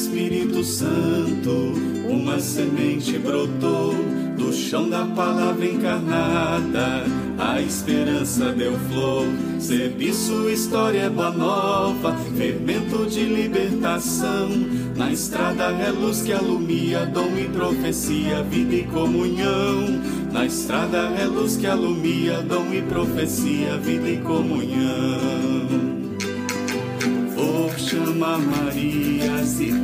Espírito Santo, uma semente brotou do chão da palavra encarnada, a esperança deu flor. Sebi, sua história é boa nova, fermento de libertação. Na estrada é luz que alumia, dom e profecia, vida e comunhão. Na estrada é luz que alumia, dom e profecia, vida e comunhão. Vou chamar Marias e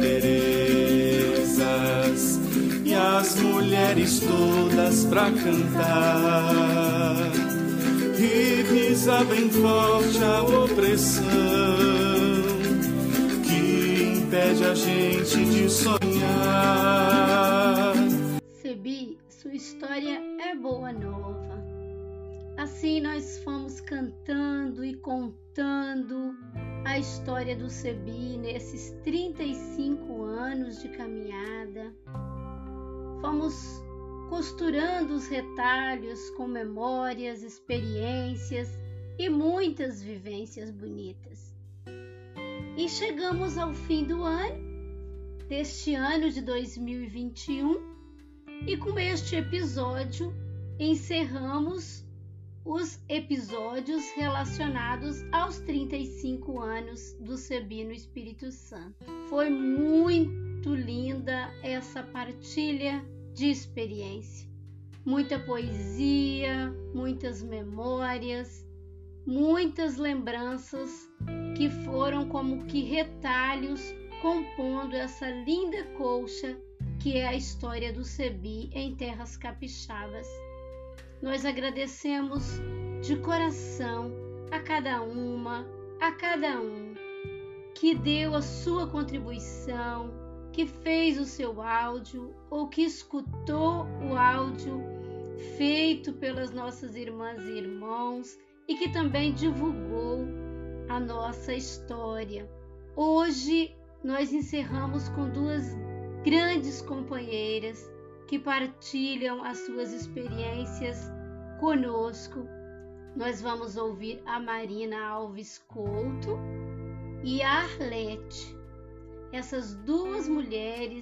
Terezas e as mulheres todas pra cantar e pisar bem forte a opressão que impede a gente de sonhar. Sebi, sua história é boa nova. Assim nós fomos cantando e contando a história do Sebi nesses 35 anos de caminhada. Fomos costurando os retalhos com memórias, experiências e muitas vivências bonitas. E chegamos ao fim do ano, deste ano de 2021, e com este episódio encerramos os episódios relacionados aos 35 anos do Sebi no Espírito Santo. Foi muito linda essa partilha de experiência. Muita poesia, muitas memórias, muitas lembranças que foram como que retalhos compondo essa linda colcha que é a história do Sebi em terras capixabas. Nós agradecemos de coração a cada uma, a cada um que deu a sua contribuição, que fez o seu áudio ou que escutou o áudio feito pelas nossas irmãs e irmãos e que também divulgou a nossa história. Hoje nós encerramos com duas grandes companheiras que partilham as suas experiências conosco. Nós vamos ouvir a Marina Alves Couto e a Arlete. Essas duas mulheres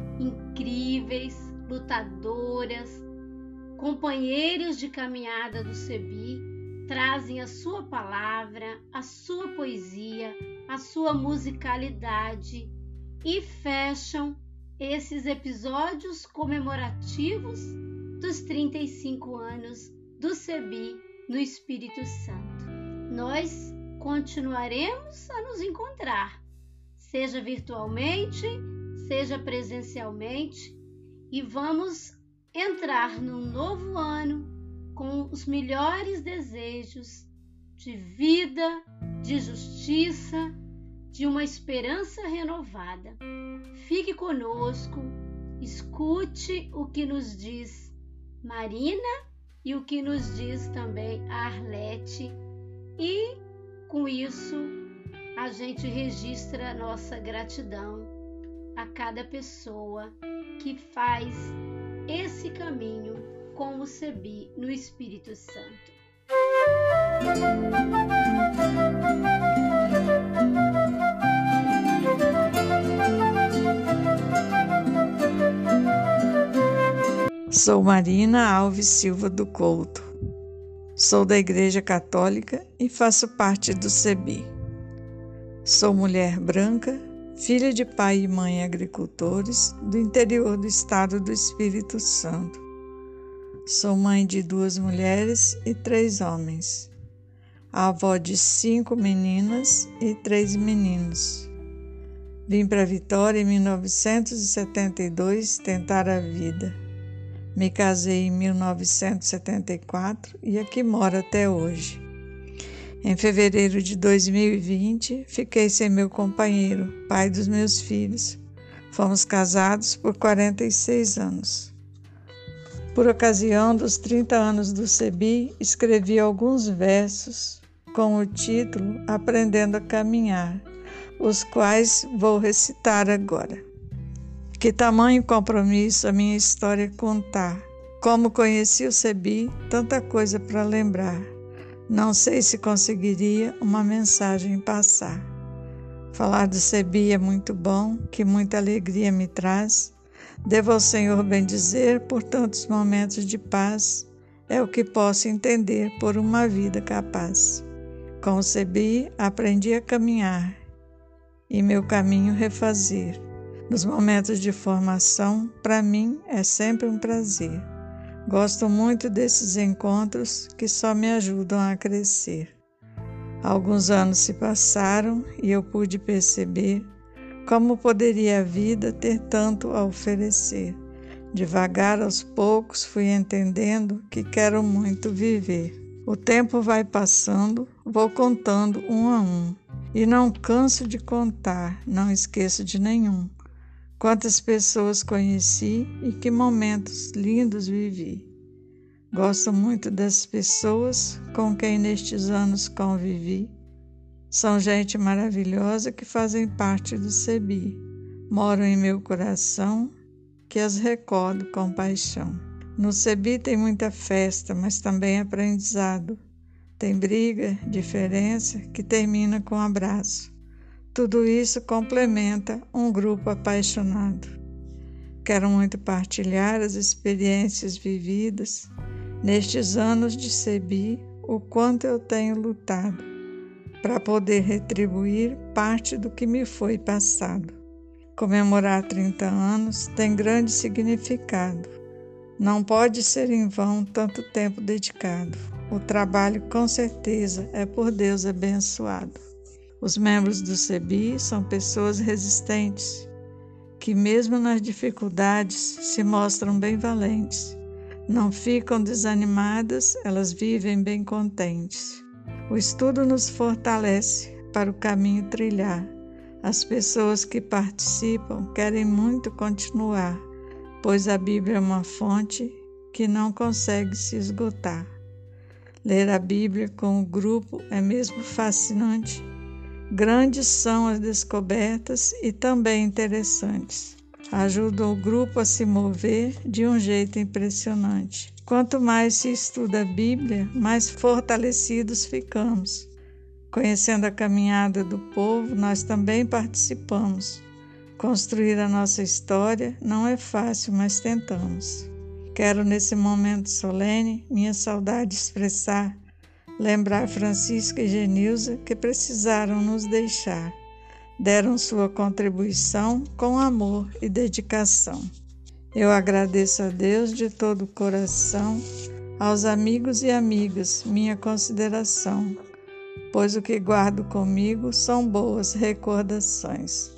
incríveis, lutadoras, companheiras de caminhada do Sebi, trazem a sua palavra, a sua poesia, a sua musicalidade e fecham esses episódios comemorativos dos 35 anos do Sebi no Espírito Santo. Nós continuaremos a nos encontrar, seja virtualmente, seja presencialmente, e vamos entrar num novo ano com os melhores desejos de vida, de justiça, de uma esperança renovada. Fique conosco, escute o que nos diz Marina e o que nos diz também a Arlete, e com isso a gente registra nossa gratidão a cada pessoa que faz esse caminho com o Sebi no Espírito Santo. Sou Marina Alves Silva do Couto. Sou da Igreja Católica e faço parte do Sebi. Sou mulher branca, filha de pai e mãe agricultores do interior do estado do Espírito Santo. Sou mãe de 2 mulheres e 3 homens. Avó de 5 meninas e 3 meninos. Vim para Vitória em 1972 tentar a vida. Me casei em 1974 e aqui moro até hoje. Em fevereiro de 2020, fiquei sem meu companheiro, pai dos meus filhos. Fomos casados por 46 anos. Por ocasião dos 30 anos do Sebi, escrevi alguns versos com o título Aprendendo a Caminhar, os quais vou recitar agora. Que tamanho compromisso a minha história contar. Como conheci o Sebi, tanta coisa para lembrar. Não sei se conseguiria uma mensagem passar. Falar do CEBI é muito bom, que muita alegria me traz. Devo ao Senhor bendizer por tantos momentos de paz, é o que posso entender por uma vida capaz. Com o CEBI aprendi a caminhar e meu caminho refazer. Nos momentos de formação, para mim é sempre um prazer. Gosto muito desses encontros que só me ajudam a crescer. Alguns anos se passaram e eu pude perceber como poderia a vida ter tanto a oferecer. Devagar, aos poucos, fui entendendo que quero muito viver. O tempo vai passando, vou contando um a um. E não canso de contar, não esqueço de nenhum. Quantas pessoas conheci e que momentos lindos vivi. Gosto muito das pessoas com quem nestes anos convivi. São gente maravilhosa que fazem parte do CEBI. Moram em meu coração, que as recordo com paixão. No CEBI tem muita festa, mas também aprendizado. Tem briga, diferença, que termina com um abraço. Tudo isso complementa um grupo apaixonado. Quero muito partilhar as experiências vividas nestes anos de CEBI, o quanto eu tenho lutado para poder retribuir parte do que me foi passado. Comemorar 30 anos tem grande significado. Não pode ser em vão tanto tempo dedicado. O trabalho, com certeza, é por Deus abençoado. Os membros do CEBI são pessoas resistentes, que mesmo nas dificuldades se mostram bem valentes. Não ficam desanimadas, elas vivem bem contentes. O estudo nos fortalece para o caminho trilhar. As pessoas que participam querem muito continuar, pois a Bíblia é uma fonte que não consegue se esgotar. Ler a Bíblia com o grupo é mesmo fascinante. Grandes são as descobertas e também interessantes. Ajudam o grupo a se mover de um jeito impressionante. Quanto mais se estuda a Bíblia, mais fortalecidos ficamos. Conhecendo a caminhada do povo, nós também participamos. Construir a nossa história não é fácil, mas tentamos. Quero, nesse momento solene, minha saudade expressar, lembrar Francisca e Genilza que precisaram nos deixar. Deram sua contribuição com amor e dedicação. Eu agradeço a Deus de todo o coração, aos amigos e amigas, minha consideração, pois o que guardo comigo são boas recordações.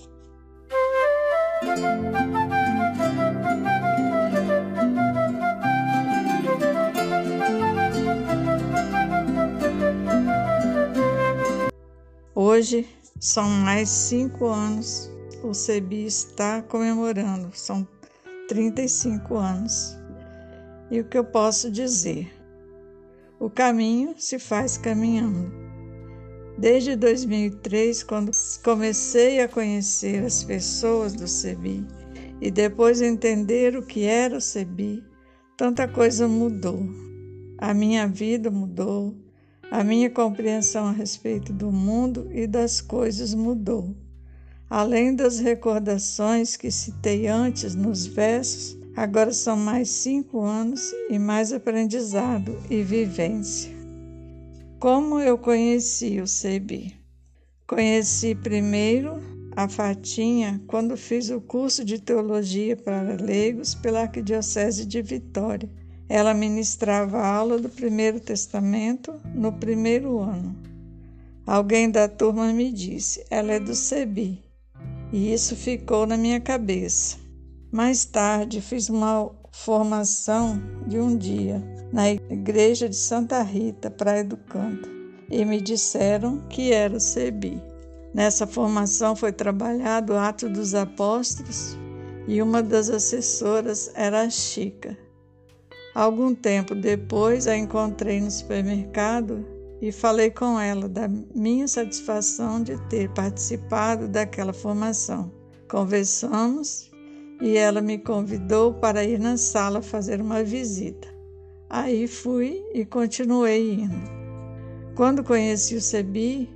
Hoje são mais 5 anos, o CEBI está comemorando, são 35 anos. E o que eu posso dizer? O caminho se faz caminhando. Desde 2003, quando comecei a conhecer as pessoas do CEBI e depois entender o que era o CEBI, tanta coisa mudou. A minha vida mudou. A minha compreensão a respeito do mundo e das coisas mudou. Além das recordações que citei antes nos versos, agora são mais 5 anos e mais aprendizado e vivência. Como eu conheci o CEBI? Conheci primeiro a Fatinha quando fiz o curso de Teologia para Leigos pela Arquidiocese de Vitória. Ela ministrava a aula do Primeiro Testamento no primeiro ano. Alguém da turma me disse, ela é do CEBI, e isso ficou na minha cabeça. Mais tarde, fiz uma formação de um dia na igreja de Santa Rita, Praia do Canto, e me disseram que era o CEBI. Nessa formação foi trabalhado o Atos dos Apóstolos e uma das assessoras era a Chica. Algum tempo depois, a encontrei no supermercado e falei com ela da minha satisfação de ter participado daquela formação. Conversamos e ela me convidou para ir na sala fazer uma visita. Aí fui e continuei indo. Quando conheci o CEBI,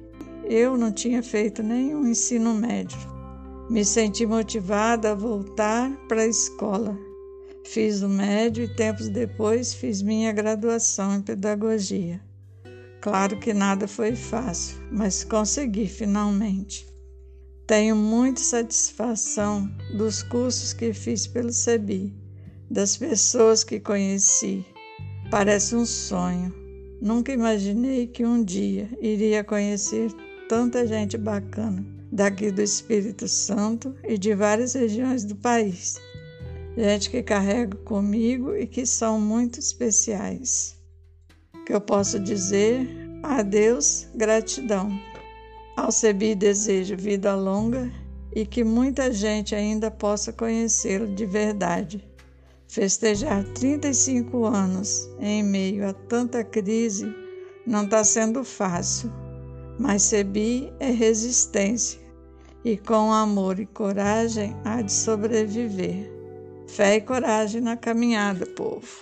eu não tinha feito nenhum ensino médio. Me senti motivada a voltar para a escola. Fiz o médio e tempos depois fiz minha graduação em pedagogia. Claro que nada foi fácil, mas consegui finalmente. Tenho muita satisfação dos cursos que fiz pelo CEBI, das pessoas que conheci. Parece um sonho. Nunca imaginei que um dia iria conhecer tanta gente bacana daqui do Espírito Santo e de várias regiões do país. Gente que carrego comigo e que são muito especiais. Que eu posso dizer a Deus gratidão. Ao CEBI desejo vida longa e que muita gente ainda possa conhecê-lo de verdade. Festejar 35 anos em meio a tanta crise não está sendo fácil, mas CEBI é resistência e com amor e coragem há de sobreviver. Fé e coragem na caminhada, povo.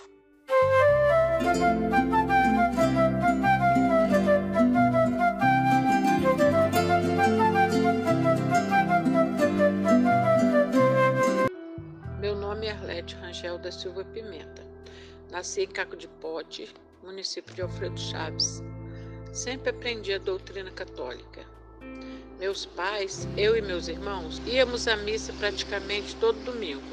Meu nome é Arlete Rangel da Silva Pimenta. Nasci em Caco de Pote, município de Alfredo Chaves. Sempre aprendi a doutrina católica. Meus pais, eu e meus irmãos, íamos à missa praticamente todo domingo.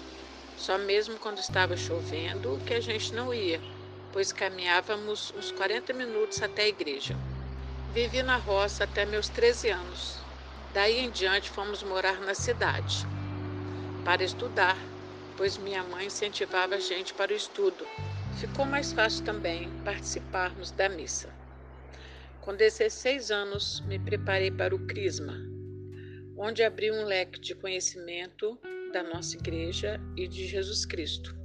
Só mesmo quando estava chovendo que a gente não ia, pois caminhávamos uns 40 minutos até a igreja. Vivi na roça até meus 13 anos. Daí em diante fomos morar na cidade para estudar, pois minha mãe incentivava a gente para o estudo. Ficou mais fácil também participarmos da missa. Com 16 anos, me preparei para o Crisma, onde abri um leque de conhecimento da nossa igreja e de Jesus Cristo.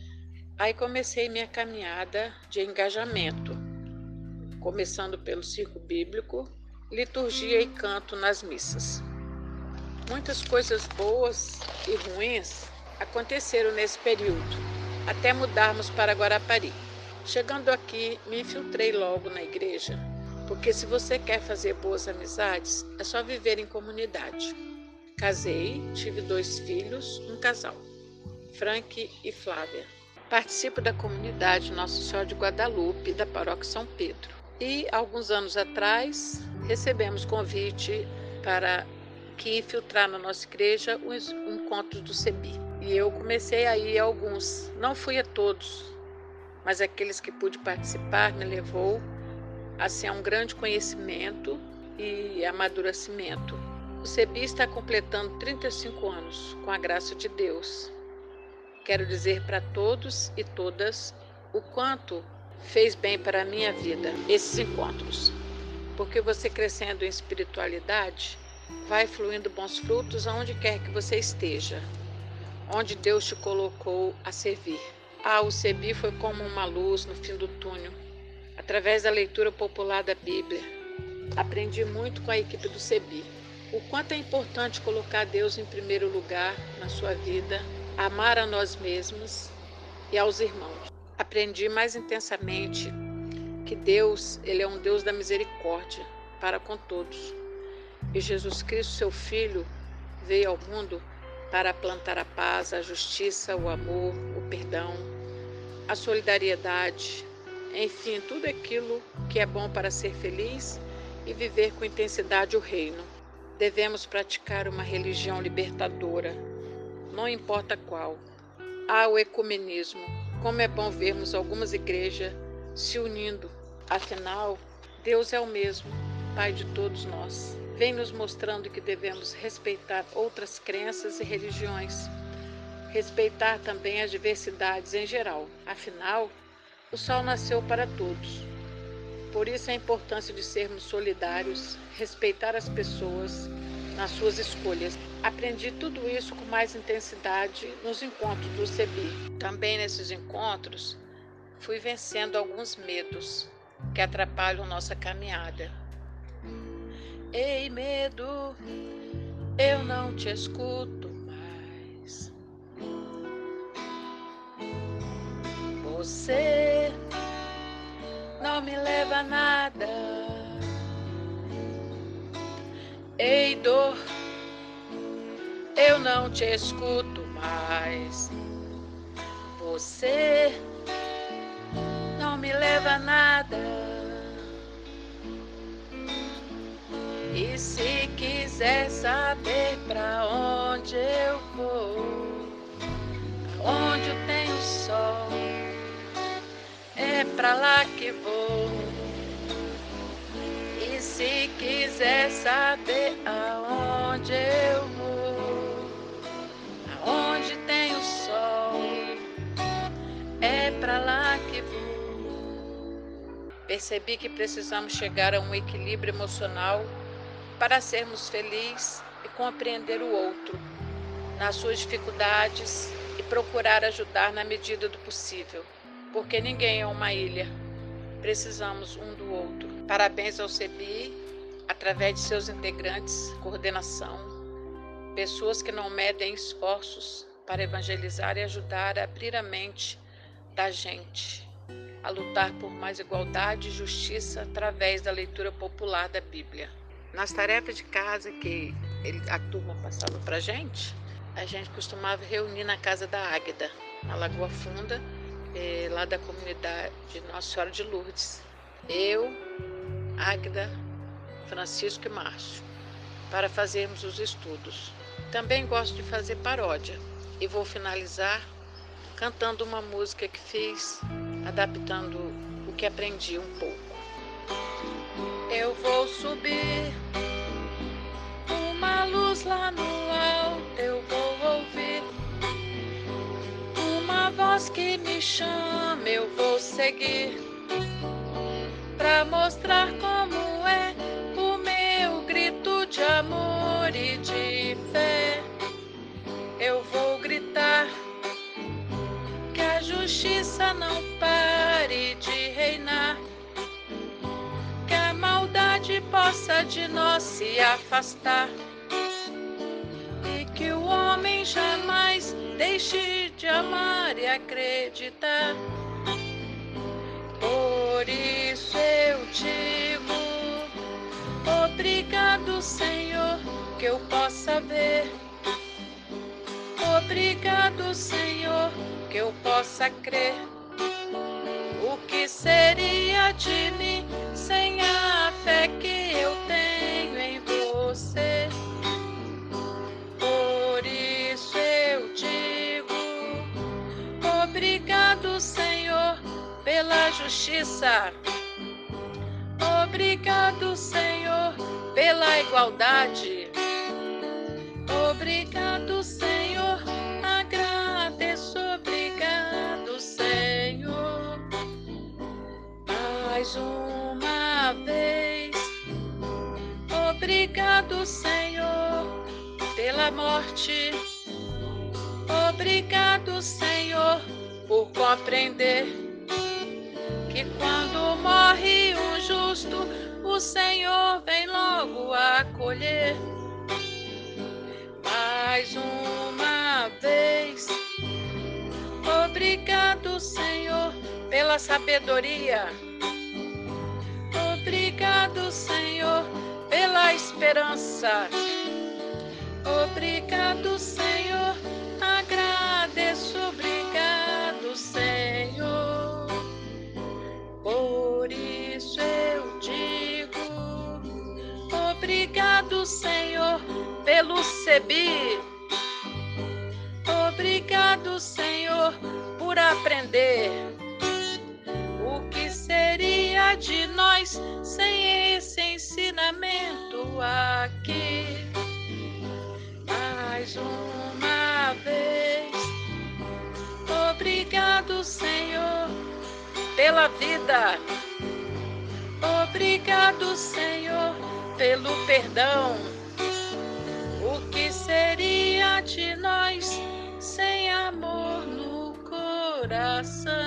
Aí comecei minha caminhada de engajamento, começando pelo circo bíblico, liturgia e canto nas missas. Muitas coisas boas e ruins aconteceram nesse período, até mudarmos para Guarapari. Chegando aqui, me infiltrei logo na igreja, porque se você quer fazer boas amizades, é só viver em comunidade. Casei, tive 2 filhos, um casal, Frank e Flávia. Participo da comunidade Nossa Senhora de Guadalupe, da Paróquia São Pedro. E, alguns anos atrás, recebemos convite para que infiltrar na nossa igreja os encontros do CEBI. E eu comecei a ir a alguns, não fui a todos, mas aqueles que pude participar me levou assim, a um grande conhecimento e amadurecimento. O CEBI está completando 35 anos, com a graça de Deus. Quero dizer para todos e todas o quanto fez bem para a minha vida esses encontros. Porque você crescendo em espiritualidade, vai fluindo bons frutos aonde quer que você esteja, onde Deus te colocou a servir. O CEBI foi como uma luz no fim do túnel. Através da leitura popular da Bíblia, aprendi muito com a equipe do CEBI. O quanto é importante colocar Deus em primeiro lugar na sua vida, amar a nós mesmos e aos irmãos. Aprendi mais intensamente que Deus, Ele é um Deus da misericórdia para com todos. E Jesus Cristo, seu Filho, veio ao mundo para plantar a paz, a justiça, o amor, o perdão, a solidariedade, enfim, tudo aquilo que é bom para ser feliz e viver com intensidade o reino. Devemos praticar uma religião libertadora, não importa qual. O ecumenismo. Como é bom vermos algumas igrejas se unindo. Afinal, Deus é o mesmo, Pai de todos nós. Vem nos mostrando que devemos respeitar outras crenças e religiões. Respeitar também as diversidades em geral. Afinal, o sol nasceu para todos. Por isso a importância de sermos solidários, respeitar as pessoas nas suas escolhas. Aprendi tudo isso com mais intensidade nos encontros do CEBI. Também nesses encontros, fui vencendo alguns medos que atrapalham nossa caminhada. Ei, medo, eu não te escuto mais. Você não me leva a nada. dor, eu não te escuto mais. Você não me leva a nada. E se quiser saber pra onde eu vou, onde eu tenho sol, é pra lá que vou. E se quiser saber aonde eu vou, aonde tem o sol, é pra lá que vou. Percebi que precisamos chegar a um equilíbrio emocional para sermos felizes e compreender o outro nas suas dificuldades e procurar ajudar na medida do possível, porque ninguém é uma ilha. Precisamos um do outro. Parabéns ao CEBI, através de seus integrantes, coordenação, pessoas que não medem esforços para evangelizar e ajudar a abrir a mente da gente, a lutar por mais igualdade e justiça através da leitura popular da Bíblia. Nas tarefas de casa que a turma passava para a gente costumava reunir na casa da Águeda, na Lagoa Funda, lá da comunidade de Nossa Senhora de Lourdes. Eu, Águeda, Francisco e Márcio, para fazermos os estudos. Também gosto de fazer paródia e vou finalizar cantando uma música que fiz, adaptando o que aprendi um pouco. Eu vou subir uma luz lá no alto, eu vou ouvir uma voz que me chama, eu vou seguir pra mostrar como é o meu grito de amor e de fé. Eu vou gritar que a justiça não pare de reinar, que a maldade possa de nós se afastar e que o homem jamais deixe de amar e acreditar. Por isso eu digo, obrigado, Senhor, que eu possa ver. Obrigado, Senhor, que eu possa crer. O que seria de mim sem a fé que eu tenho em você? Por isso eu digo, obrigado, Senhor, pela justiça. Obrigado, Senhor, pela igualdade. Obrigado, Senhor, agradeço. Obrigado, Senhor, mais uma vez. Obrigado, Senhor, pela morte. Obrigado, Senhor, por compreender que quando morre um justo, o Senhor vem logo acolher. Mais uma vez, obrigado, Senhor, pela sabedoria. Obrigado, Senhor, pela esperança. Obrigado, Senhor, agradeço. Obrigado, Senhor. Por isso eu digo, obrigado, Senhor, pelo CEBI. Obrigado, Senhor, por aprender. O que seria de nós sem esse ensinamento aqui? Mais uma vez, obrigado, Senhor, pela vida. Obrigado, Senhor, pelo perdão. O que seria de nós sem amor no coração?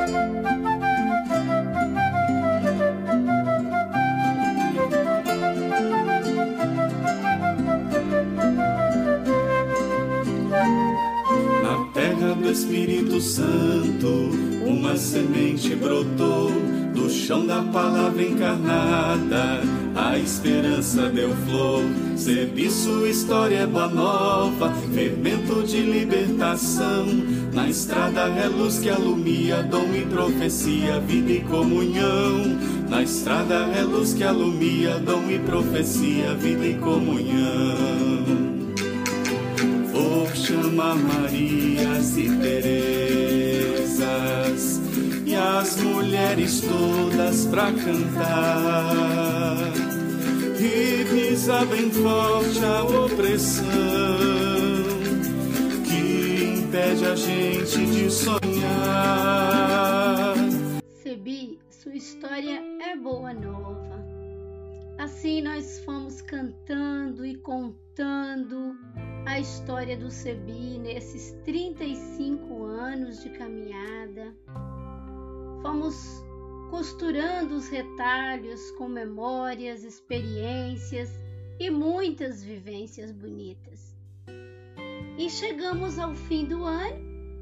Do Espírito Santo, uma semente brotou do chão da palavra encarnada. A esperança deu flor, Sebi, sua história é boa nova, fermento de libertação. Na estrada é luz que alumia, dom e profecia, vida e comunhão. Na estrada é luz que alumia, dom e profecia, vida e comunhão. Vou chamar Marias e Terezas e as mulheres todas pra cantar e pisar bem forte a opressão que impede a gente de sonhar. Sebi, sua história é boa nova. Assim nós fomos cantando e contando a história do Sebi nesses 35 anos de caminhada. Fomos costurando os retalhos com memórias, experiências e muitas vivências bonitas. E chegamos ao fim do ano,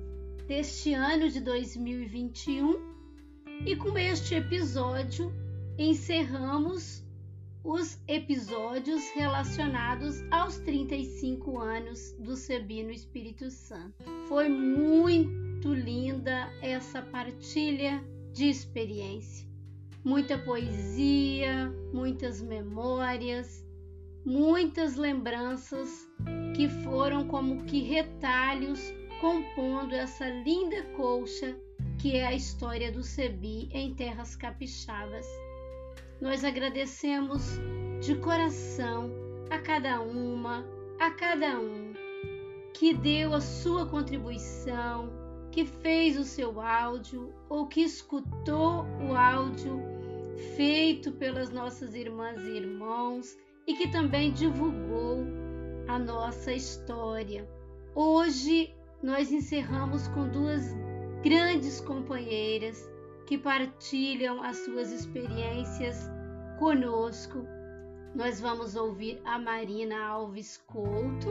deste ano de 2021, e com este episódio encerramos os episódios relacionados aos 35 anos do Sebi no Espírito Santo. Foi muito linda essa partilha de experiência. Muita poesia, muitas memórias, muitas lembranças que foram como que retalhos compondo essa linda colcha que é a história do Sebi em terras capixabas. Nós agradecemos de coração a cada uma, a cada um que deu a sua contribuição, que fez o seu áudio ou que escutou o áudio feito pelas nossas irmãs e irmãos e que também divulgou a nossa história. Hoje nós encerramos com duas grandes companheiras que partilham as suas experiências conosco. Nós vamos ouvir a Marina Alves Couto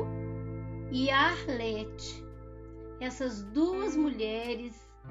e a Arlete. Essas duas mulheres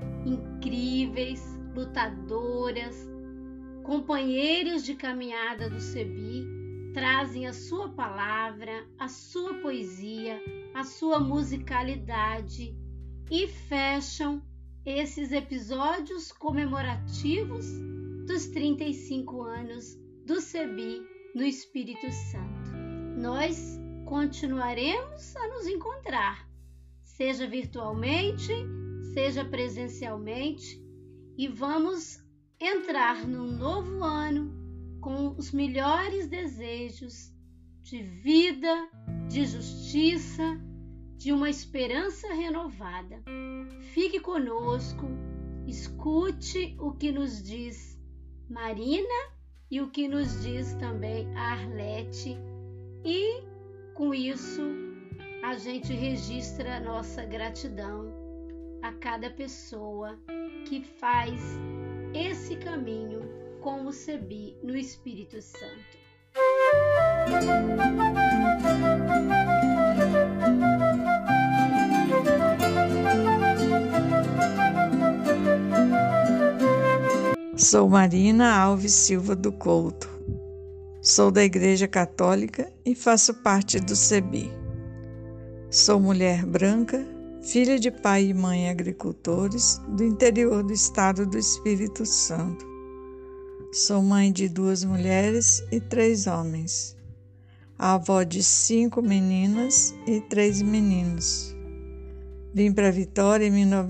incríveis, lutadoras, companheiras de caminhada do Sebi, trazem a sua palavra, a sua poesia, a sua musicalidade e fecham esses episódios comemorativos dos 35 anos do Sebi no Espírito Santo. Nós continuaremos a nos encontrar, seja virtualmente, seja presencialmente, e vamos entrar num novo ano com os melhores desejos de vida, de justiça, de uma esperança renovada. Fique conosco, escute o que nos diz Marina e o que nos diz também a Arlete, e com isso a gente registra a nossa gratidão a cada pessoa que faz esse caminho com o Sebi no Espírito Santo. Sou Marina Alves Silva do Couto. Sou da Igreja Católica e faço parte do Sebi. Sou mulher branca, filha de pai e mãe agricultores do interior do estado do Espírito Santo. Sou mãe de 2 mulheres e 3 homens. Avó de 5 meninas e 3 meninos. Vim para Vitória em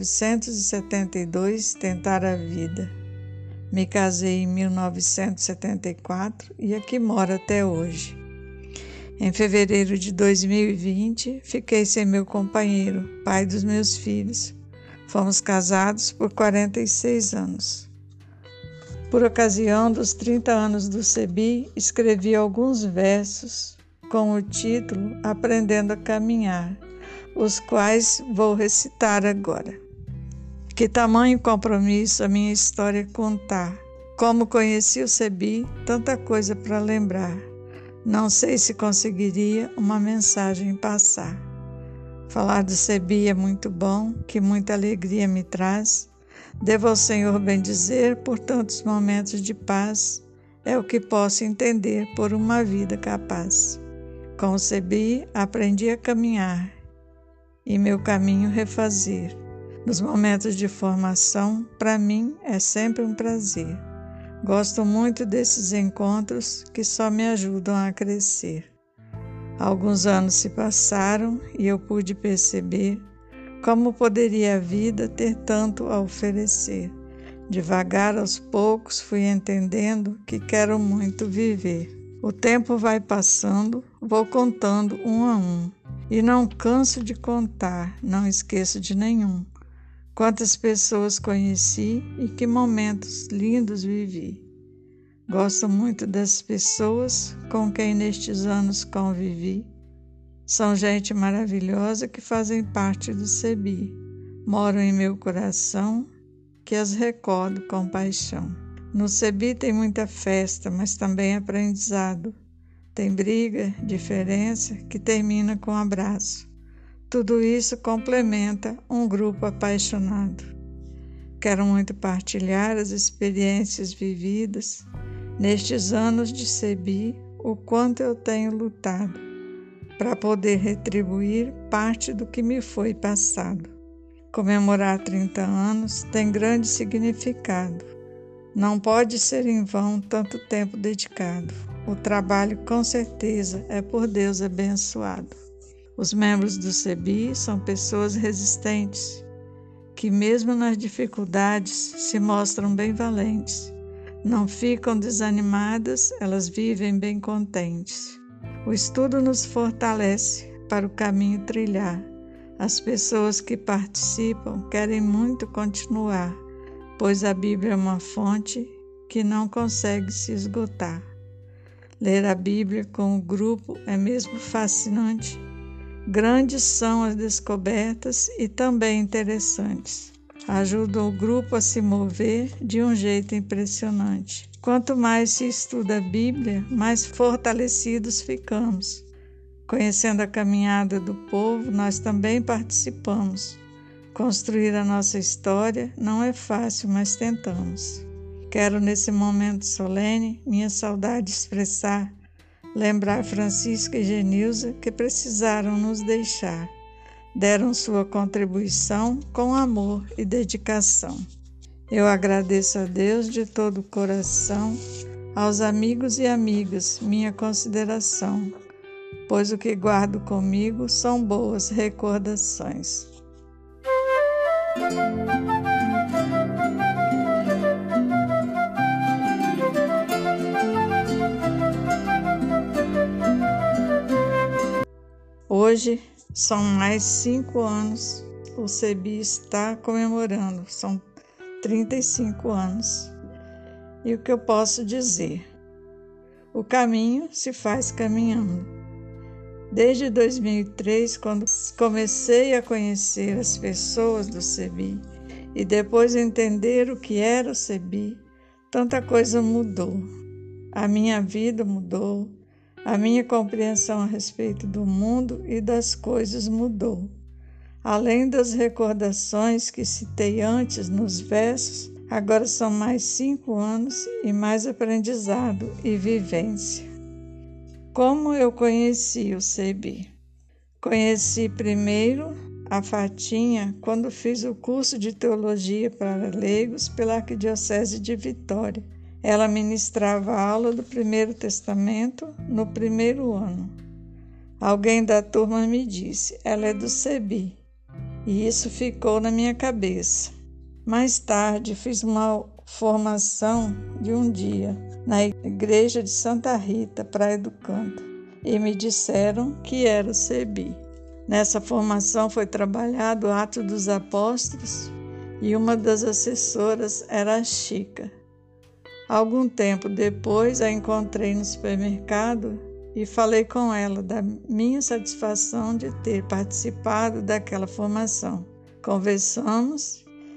1972 tentar a vida. Me casei em 1974 e aqui moro até hoje. Em fevereiro de 2020, fiquei sem meu companheiro, pai dos meus filhos. Fomos casados por 46 anos. Por ocasião dos 30 anos do Sebi, escrevi alguns versos com o título Aprendendo a Caminhar, os quais vou recitar agora. Que tamanho compromisso a minha história contar. Como conheci o CEBI, tanta coisa para lembrar. Não sei se conseguiria uma mensagem passar. Falar do CEBI é muito bom, que muita alegria me traz. Devo ao Senhor bendizer por tantos momentos de paz. É o que posso entender por uma vida capaz. Com o CEBI aprendi a caminhar e meu caminho refazer. Nos momentos de formação, para mim é sempre um prazer. Gosto muito desses encontros que só me ajudam a crescer. Alguns anos se passaram e eu pude perceber como poderia a vida ter tanto a oferecer. Devagar, aos poucos, fui entendendo que quero muito viver. O tempo vai passando, vou contando um a um. E não canso de contar, não esqueço de nenhum. Quantas pessoas conheci e que momentos lindos vivi. Gosto muito das pessoas com quem nestes anos convivi. São gente maravilhosa que fazem parte do CEBI. Moram em meu coração, que as recordo com paixão. No CEBI tem muita festa, mas também aprendizado. Tem briga, diferença, que termina com abraço. Tudo isso complementa um grupo apaixonado. Quero muito partilhar as experiências vividas nestes anos de CEBI, o quanto eu tenho lutado para poder retribuir parte do que me foi passado. Comemorar 30 anos tem grande significado. Não pode ser em vão tanto tempo dedicado. O trabalho, com certeza, é por Deus abençoado. Os membros do CEBI são pessoas resistentes, que mesmo nas dificuldades se mostram bem valentes. Não ficam desanimadas, elas vivem bem contentes. O estudo nos fortalece para o caminho trilhar. As pessoas que participam querem muito continuar, pois a Bíblia é uma fonte que não consegue se esgotar. Ler a Bíblia com o grupo é mesmo fascinante. Grandes são as descobertas e também interessantes. Ajudam o grupo a se mover de um jeito impressionante. Quanto mais se estuda a Bíblia, mais fortalecidos ficamos. Conhecendo a caminhada do povo, nós também participamos. Construir a nossa história não é fácil, mas tentamos. Quero, nesse momento solene, minha saudade expressar, lembrar Francisca e Genilza que precisaram nos deixar. Deram sua contribuição com amor e dedicação. Eu agradeço a Deus de todo o coração, aos amigos e amigas, minha consideração, pois o que guardo comigo são boas recordações. Hoje são mais 5 anos, o CEBI está comemorando, são 35 anos. E o que eu posso dizer? O caminho se faz caminhando. Desde 2003, quando comecei a conhecer as pessoas do CEBI e depois entender o que era o CEBI, tanta coisa mudou. A minha vida mudou, a minha compreensão a respeito do mundo e das coisas mudou. Além das recordações que citei antes nos versos, agora são mais 5 anos e mais aprendizado e vivência. Como eu conheci o CEBI? Conheci primeiro a Fatinha quando fiz o curso de Teologia para Leigos pela Arquidiocese de Vitória. Ela ministrava a aula do Primeiro Testamento no primeiro ano. Alguém da turma me disse, ela é do CEBI, e isso ficou na minha cabeça. Mais tarde fiz uma formação de um dia na igreja de Santa Rita, Praia do Canto, e me disseram que era o CEBI. Nessa formação foi trabalhado o Atos dos Apóstolos e uma das assessoras era a Chica. Algum tempo depois a encontrei no supermercado e falei com ela da minha satisfação de ter participado daquela formação. Conversamos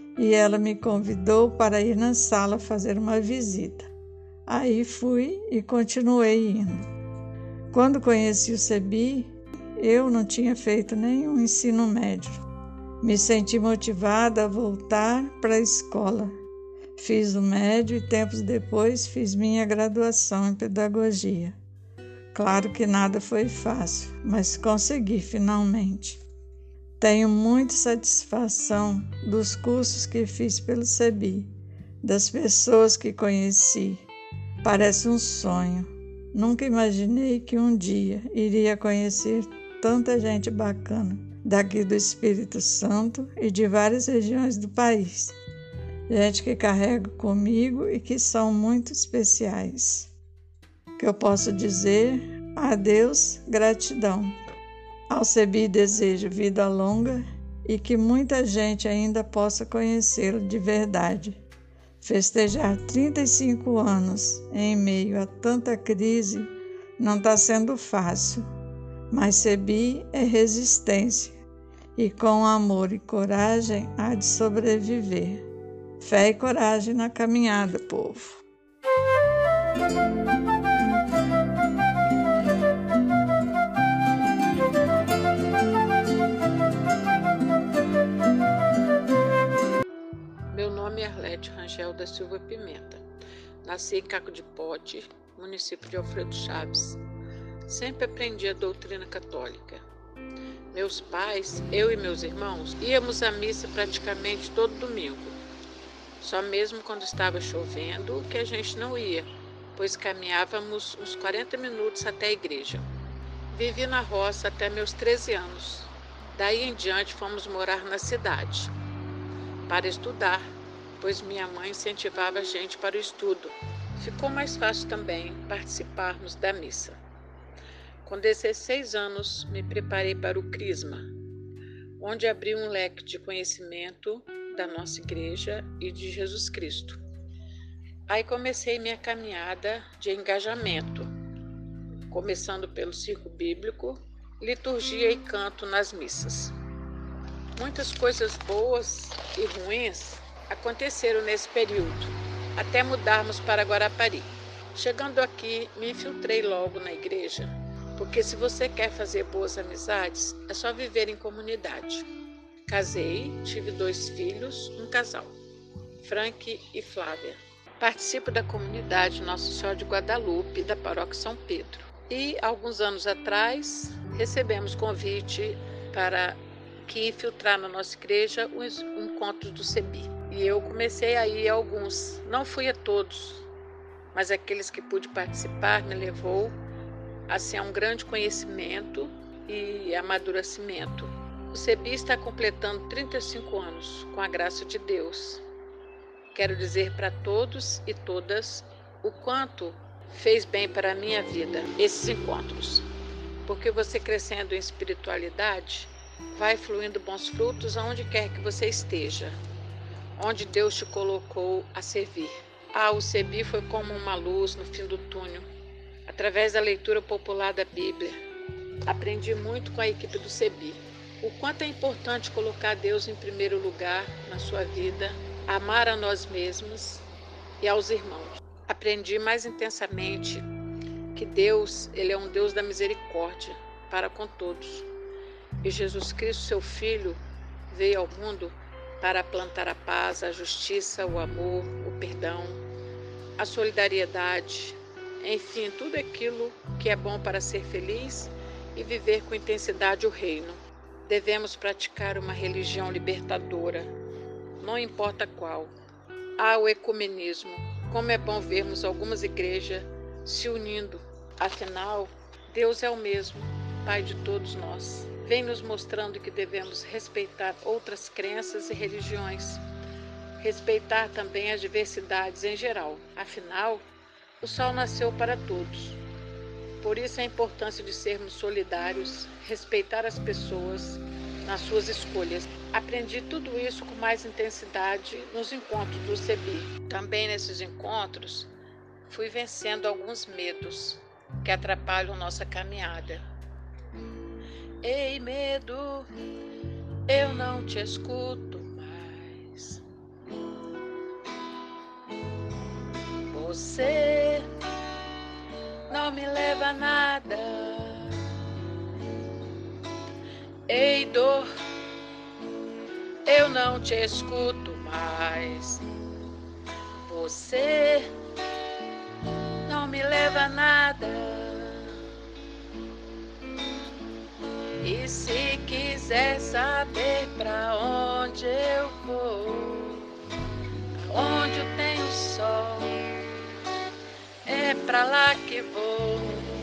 e ela me convidou para ir na sala fazer uma visita. Aí fui e continuei indo. Quando conheci o CEBI, eu não tinha feito nenhum ensino médio. Me senti motivada a voltar para a escola. Fiz o médio e tempos depois fiz minha graduação em pedagogia. Claro que nada foi fácil, mas consegui finalmente. Tenho muita satisfação dos cursos que fiz pelo CEBI, das pessoas que conheci. Parece um sonho. Nunca imaginei que um dia iria conhecer tanta gente bacana daqui do Espírito Santo e de várias regiões do país. Gente que carrego comigo e que são muito especiais. Que eu posso dizer a Deus gratidão. Ao CEBI desejo vida longa e que muita gente ainda possa conhecê-lo de verdade. Festejar 35 anos em meio a tanta crise não está sendo fácil, mas CEBI é resistência e com amor e coragem há de sobreviver. Fé e coragem na caminhada, povo. Meu nome é Arlete Rangel da Silva Pimenta. Nasci em Caco de Pote, município de Alfredo Chaves. Sempre aprendi a doutrina católica. Meus pais, eu e meus irmãos, íamos à missa praticamente todo domingo. Só mesmo quando estava chovendo que a gente não ia, pois caminhávamos uns 40 minutos até a igreja. Vivi na roça até meus 13 anos. Daí em diante fomos morar na cidade para estudar, pois minha mãe incentivava a gente para o estudo. Ficou mais fácil também participarmos da missa. Com 16 anos, me preparei para o Crisma, onde abri um leque de conhecimento da nossa igreja e de Jesus Cristo. Aí comecei minha caminhada de engajamento, começando pelo circo bíblico, liturgia e canto nas missas. Muitas coisas boas e ruins aconteceram nesse período, até mudarmos para Guarapari. Chegando aqui, me infiltrei logo na igreja, porque se você quer fazer boas amizades, é só viver em comunidade. Casei, tive 2 filhos, um casal, Frank e Flávia. Participo da comunidade Nossa Senhora de Guadalupe, da Paróquia São Pedro. E, alguns anos atrás, recebemos convite para que infiltrar na nossa igreja os encontros do CEBI. E eu comecei a ir a alguns, não fui a todos, mas aqueles que pude participar me levou assim, a um grande conhecimento e amadurecimento. O CEBI está completando 35 anos, com a graça de Deus. Quero dizer para todos e todas o quanto fez bem para a minha vida esses encontros. Porque você crescendo em espiritualidade, vai fluindo bons frutos aonde quer que você esteja, onde Deus te colocou a servir. O CEBI foi como uma luz no fim do túnel. Através da leitura popular da Bíblia, aprendi muito com a equipe do CEBI. O quanto é importante colocar Deus em primeiro lugar na sua vida, amar a nós mesmos e aos irmãos. Aprendi mais intensamente que Deus, Ele é um Deus da misericórdia para com todos. E Jesus Cristo, seu Filho, veio ao mundo para plantar a paz, a justiça, o amor, o perdão, a solidariedade, enfim, tudo aquilo que é bom para ser feliz e viver com intensidade o reino. Devemos praticar uma religião libertadora, não importa qual. O ecumenismo. Como é bom vermos algumas igrejas se unindo. Afinal, Deus é o mesmo, Pai de todos nós. Vem nos mostrando que devemos respeitar outras crenças e religiões. Respeitar também as diversidades em geral. Afinal, o sol nasceu para todos. Por isso a importância de sermos solidários, respeitar as pessoas nas suas escolhas. Aprendi tudo isso com mais intensidade nos encontros do CEBI. Também nesses encontros, fui vencendo alguns medos que atrapalham nossa caminhada. Ei, medo, eu não te escuto mais. Você não me leva a nada. Ei, dor, eu não te escuto mais. Você não me leva a nada. E se quiser saber pra onde eu vou, aonde eu tenho sol, é pra lá que vou.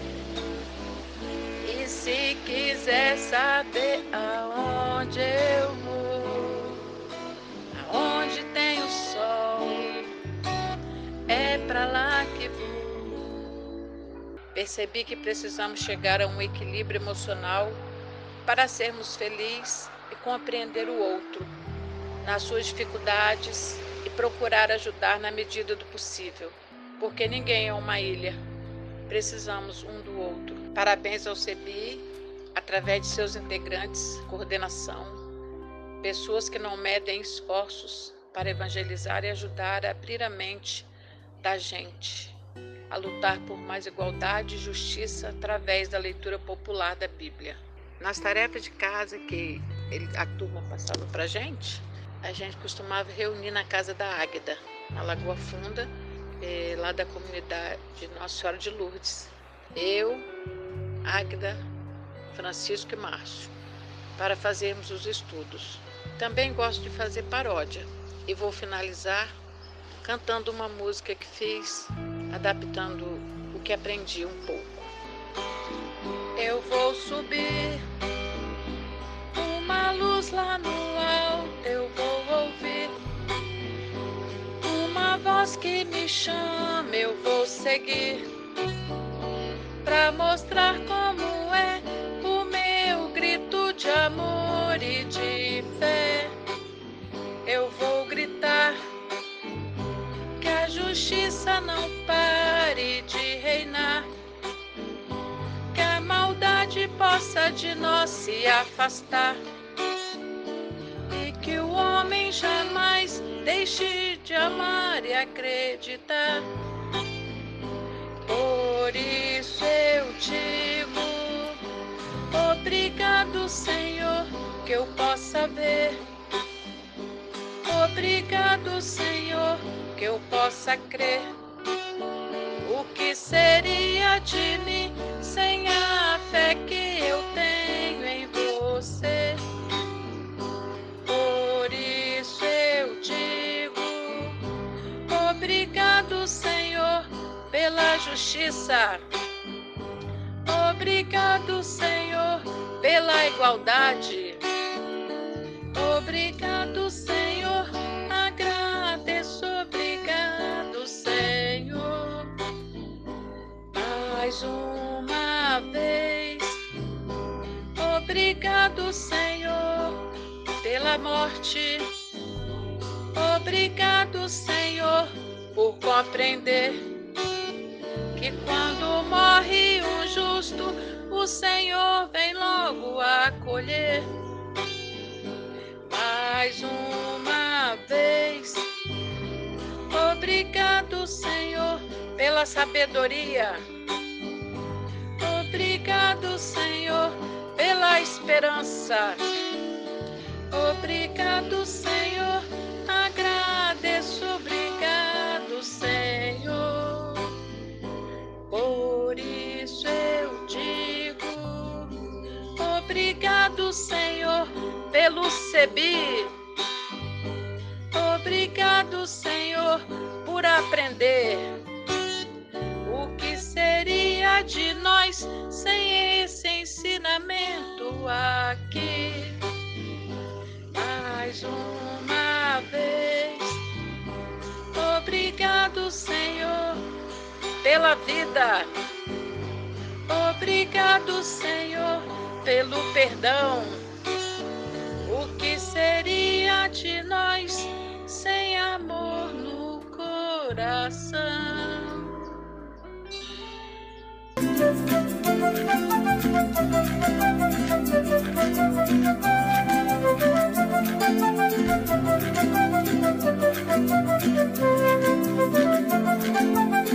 E se quiser saber aonde eu vou, aonde tem o sol, é pra lá que vou. Percebi que precisamos chegar a um equilíbrio emocional para sermos felizes e compreender o outro nas suas dificuldades e procurar ajudar na medida do possível, porque ninguém é uma ilha. Precisamos um do outro. Parabéns ao CEBI, através de seus integrantes, coordenação, pessoas que não medem esforços para evangelizar e ajudar a abrir a mente da gente, a lutar por mais igualdade e justiça através da leitura popular da Bíblia. Nas tarefas de casa que a turma passava para a gente costumava reunir na casa da Águeda, na Lagoa Funda, lá da comunidade de Nossa Senhora de Lourdes. Eu, Águeda, Francisco e Márcio, para fazermos os estudos. Também gosto de fazer paródia e vou finalizar cantando uma música que fiz, adaptando o que aprendi um pouco. Eu vou subir uma luz lá no alto, eu vou ouvir uma voz que me chama, eu vou seguir pra mostrar como é o meu grito de amor e de fé. Eu vou gritar que a justiça não pare de reinar, que a maldade possa de nós se afastar e que o homem jamais deixe de amar e acreditar. Por isso eu digo, obrigado, Senhor, que eu possa ver. Obrigado, Senhor, que eu possa crer. O que seria de mim sem a fé que eu tenho em você? Por isso eu digo, obrigado, Senhor, pela justiça. Obrigado, Senhor, pela igualdade. Obrigado, Senhor, agradeço. Obrigado, Senhor, mais uma vez. Obrigado, Senhor, pela morte. Obrigado, Senhor, por compreender que quando morre um justo, o Senhor vem logo acolher. Mais uma vez, obrigado, Senhor, pela sabedoria. Obrigado, Senhor, pela esperança. Obrigado, Senhor, agradeço. Obrigado, Senhor. Por isso eu digo, obrigado, Senhor, pelo CEBI. Obrigado, Senhor, por aprender. O que seria de nós sem esse ensinamento aqui? Mais uma vez, obrigado, Senhor, pela vida. Obrigado, Senhor, pelo perdão. O que seria de nós sem amor no coração? Música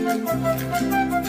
Música